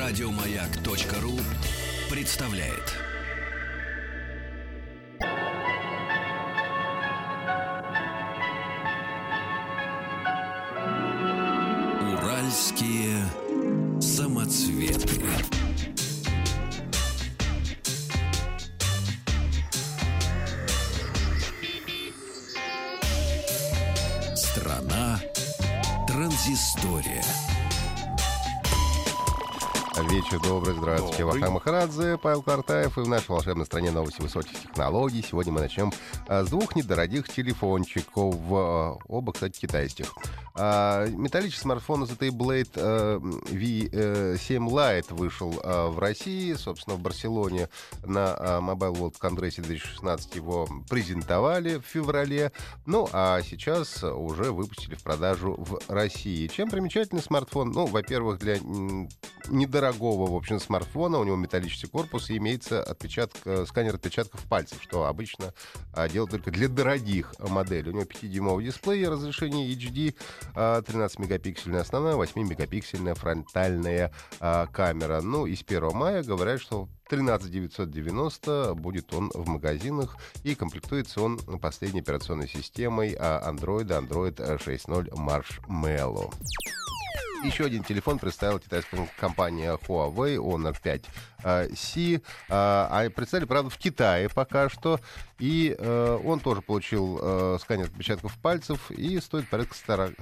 Радиомаяк.ру представляет. Уральские самоцветы. Страна транзистория. Вечер добрый, здравствуйте. Вахтанг Махарадзе, Павел Картаев. И в нашей волшебной стране новости высоких технологий. Сегодня мы начнем с двух недорогих телефончиков. Оба, кстати, китайских. Металлический смартфон ZTE Blade V7 Lite вышел в России, собственно, в Барселоне на Mobile World Congress 2016 его презентовали в феврале. Ну, а сейчас уже выпустили в продажу в России. Чем примечательный смартфон? Ну, во-первых, для недорогого, в общем, смартфона у него металлический корпус и имеется сканер отпечатков пальцев, что обычно делают только для дорогих моделей. У него 5-дюймовый дисплей, разрешение HD, 13-мегапиксельная основная, 8-мегапиксельная фронтальная камера. Ну и с 1 мая говорят, что 13 990 будет он в магазинах, и комплектуется он последней операционной системой Android 6.0 Marshmallow. Еще один телефон представила китайская компания Huawei Honor 5C. Представили, правда, в Китае пока что. И он тоже получил сканер отпечатков пальцев и стоит порядка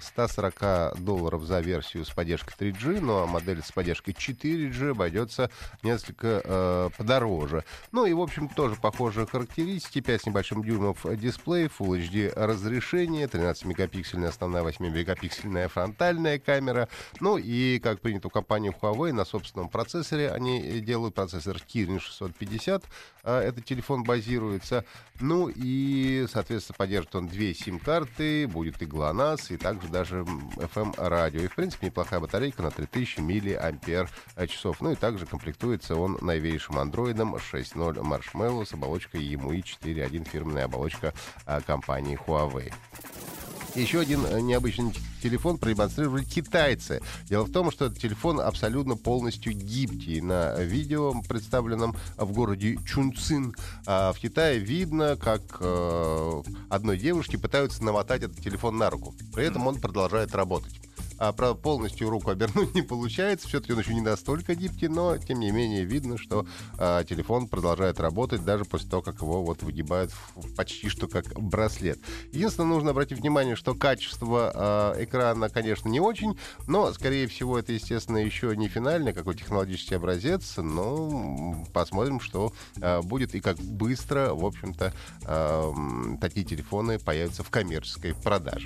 $140 за версию с поддержкой 3G, но модель с поддержкой 4G обойдется несколько подороже. Ну и, в общем, тоже похожие характеристики. 5 с небольшим дюймов дисплей, Full HD разрешение, 13-мегапиксельная основная, 8-мегапиксельная фронтальная камера. Ну и, как принято у компании Huawei, на собственном процессоре они делают процессор Kirin 650. Этот телефон базируется. Ну и, соответственно, поддержит он 2 сим-карты, будет и GLONASS, и также даже FM-радио. И, в принципе, неплохая батарейка на 3000 мАч. Ну и также комплектуется он новейшим Android 6.0 Marshmallow с оболочкой EMUI 4.1, фирменная оболочка компании Huawei. Еще один необычный телефон продемонстрировали китайцы. Дело в том, что этот телефон абсолютно полностью гибкий. На видео, представленном в городе Чунцин, в Китае, видно, как одной девушке пытаются намотать этот телефон на руку. При этом он продолжает работать. Правда, полностью руку обернуть не получается. Все-таки он еще не настолько гибкий, но, тем не менее, видно, что телефон продолжает работать даже после того, как его выгибают почти что как браслет. Единственное, нужно обратить внимание, что качество экрана, конечно, не очень, но, скорее всего, это, естественно, еще не финальный какой технологический образец, но посмотрим, что будет и как быстро, в общем-то, такие телефоны появятся в коммерческой продаже.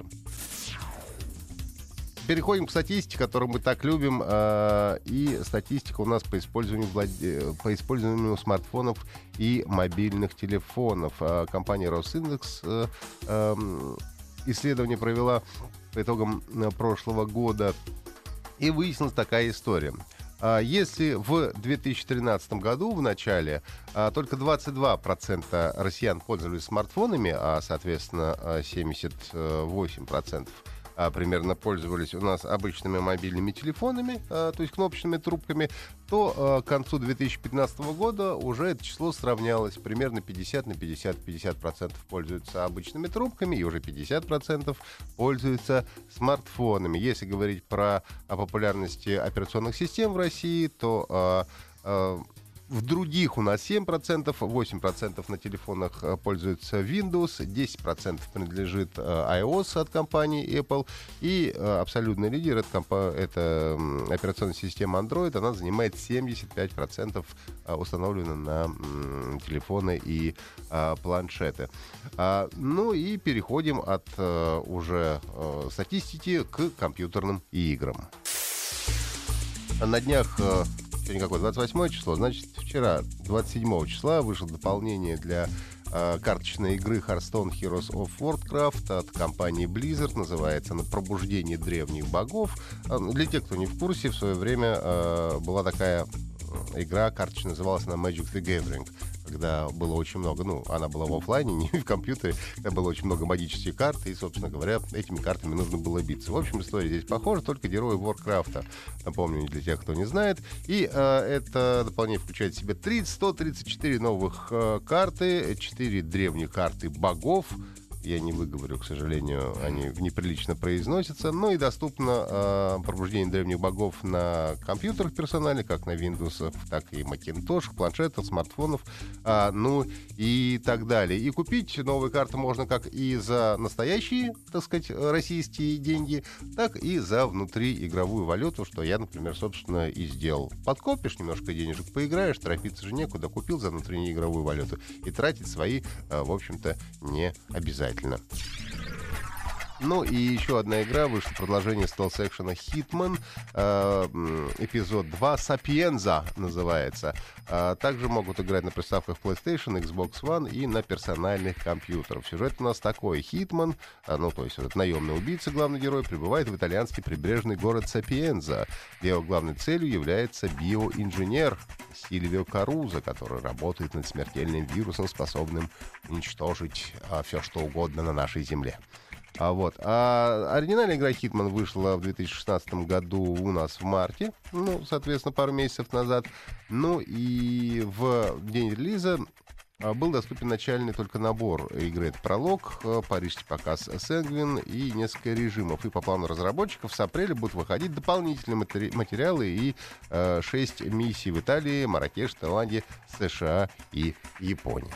Переходим к статистике, которую мы так любим. И статистика у нас по использованию смартфонов и мобильных телефонов. Компания Росиндекс исследование провела по итогам прошлого года. И выяснилась такая история. Если в 2013 году, в начале, только 22% россиян пользовались смартфонами, а, соответственно, 78% примерно пользовались у нас обычными мобильными телефонами, то есть кнопочными трубками, то к концу 2015 года уже это число сравнялось. Примерно 50 на 50. 50% пользуются обычными трубками, и уже 50% пользуются смартфонами. Если говорить про популярность операционных систем в России, то в других у нас 7%, 8% на телефонах пользуются Windows, 10% принадлежит iOS от компании Apple, и абсолютный лидер — это операционная система Android, она занимает 75%, установлена на телефоны и планшеты. Ну и переходим от уже статистики к компьютерным играм. На днях... Сегодня какое? 28 число. Значит, вчера, 27 числа, вышло дополнение для карточной игры Hearthstone Heroes of Warcraft от компании Blizzard. Называется она «Пробуждение древних богов». Для тех, кто не в курсе, в свое время была такая игра карточная, называлась она Magic the Gathering, когда было очень много, она была в офлайне, не в компьютере, когда было очень много магических карт, и, собственно говоря, этими картами нужно было биться. В общем, история здесь похожа, только герои Warcraft'а, напомню, для тех, кто не знает. И это дополнение включает в себя 134 новых карты, 4 древних карты богов. Я не выговорю, к сожалению, они неприлично произносятся. Ну и доступно пробуждение древних богов на компьютерах персональных, как на Windows, так и Macintosh, планшетах, смартфонов, и так далее. И купить новые карты можно как и за настоящие, так сказать, российские деньги, так и за внутриигровую валюту, что я, например, собственно, и сделал. Подкопишь немножко денежек, поиграешь, торопиться же некуда, купил за внутриигровую валюту и тратить свои, в общем-то, не обязательно. Ну и еще одна игра, вышло продолжение стелс-экшена Hitman, эпизод 2, Sapienza называется. Также могут играть на приставках PlayStation, Xbox One и на персональных компьютерах. Сюжет у нас такой. Хитман, то есть этот наемный убийца, главный герой, прибывает в итальянский прибрежный город Сапиенза, где его главной целью является биоинженер Сильвио Карузо, который работает над смертельным вирусом, способным уничтожить все, что угодно на нашей земле. Оригинальная игра Hitman вышла в 2016 году у нас в марте, соответственно, пару месяцев назад. Ну и в день релиза был доступен начальный только набор игры. Это пролог, парижский показ Sanguine и несколько режимов. И по плану разработчиков с апреля будут выходить дополнительные материалы и 6 миссий в Италии, Марракеше, Таиланде, США и Японии.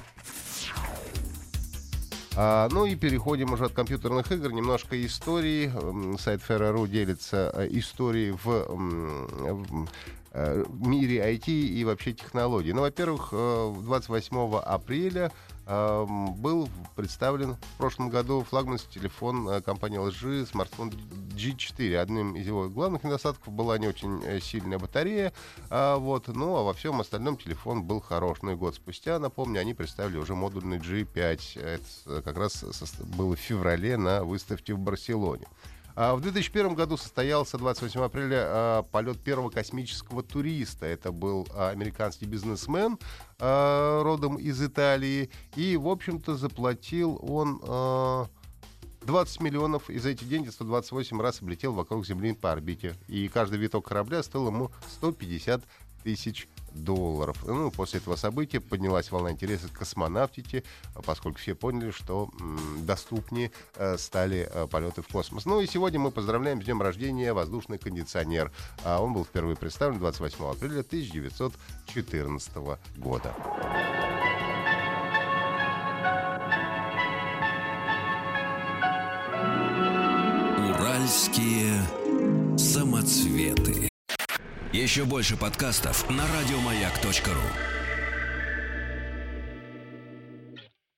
И переходим уже от компьютерных игр. Немножко истории. Сайт Ferrero делится историей в мире IT и вообще технологий. Во-первых, 28 апреля был представлен в прошлом году флагманский телефон компании LG, смартфон G4. Одним из его главных недостатков была не очень сильная батарея, а во всем остальном телефон был хорош. И год спустя, напомню, они представили уже модульный G5. Это как раз было в феврале на выставке в Барселоне. В 2001 году состоялся 28 апреля полет первого космического туриста. Это был американский бизнесмен родом из Италии. И, в общем-то, заплатил он 20 миллионов. И за эти деньги 128 раз облетел вокруг Земли по орбите. И каждый виток корабля стоил ему 150 тысяч долларов. После этого события поднялась волна интереса к космонавтике, поскольку все поняли, что доступнее стали полеты в космос. И сегодня мы поздравляем с днем рождения воздушный кондиционер. Он был впервые представлен 28 апреля 1914 года. Уральские самоцветы. Еще больше подкастов на радиомаяк.ру.